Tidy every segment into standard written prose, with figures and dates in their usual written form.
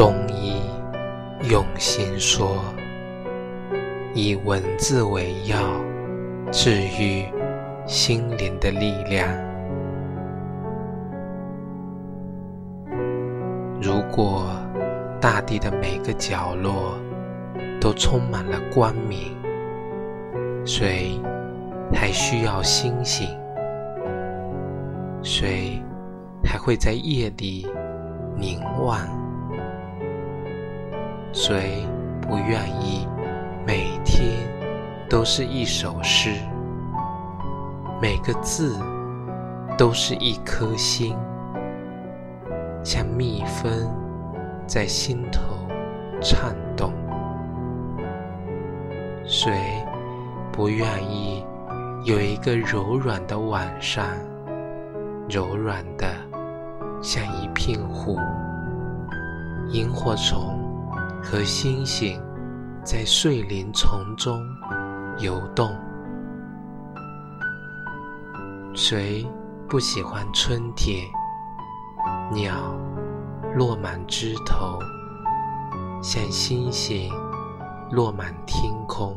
中医用心说，以文字为药，治愈心灵的力量。如果大地的每个角落都充满了光明，谁还需要星星？谁还会在夜里凝望？谁不愿意每天都是一首诗，每个字都是一颗心，像蜜蜂在心头颤动？谁不愿意有一个柔软的晚上，柔软的像一片湖，萤火虫和星星在睡林丛中游动？谁不喜欢春天，鸟落满枝头，像星星落满天空，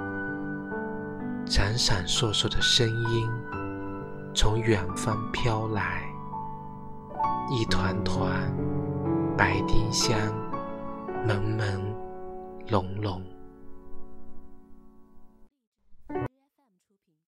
闪闪烁烁的声音从远方飘来，一团团白丁香，朦朦胧胧。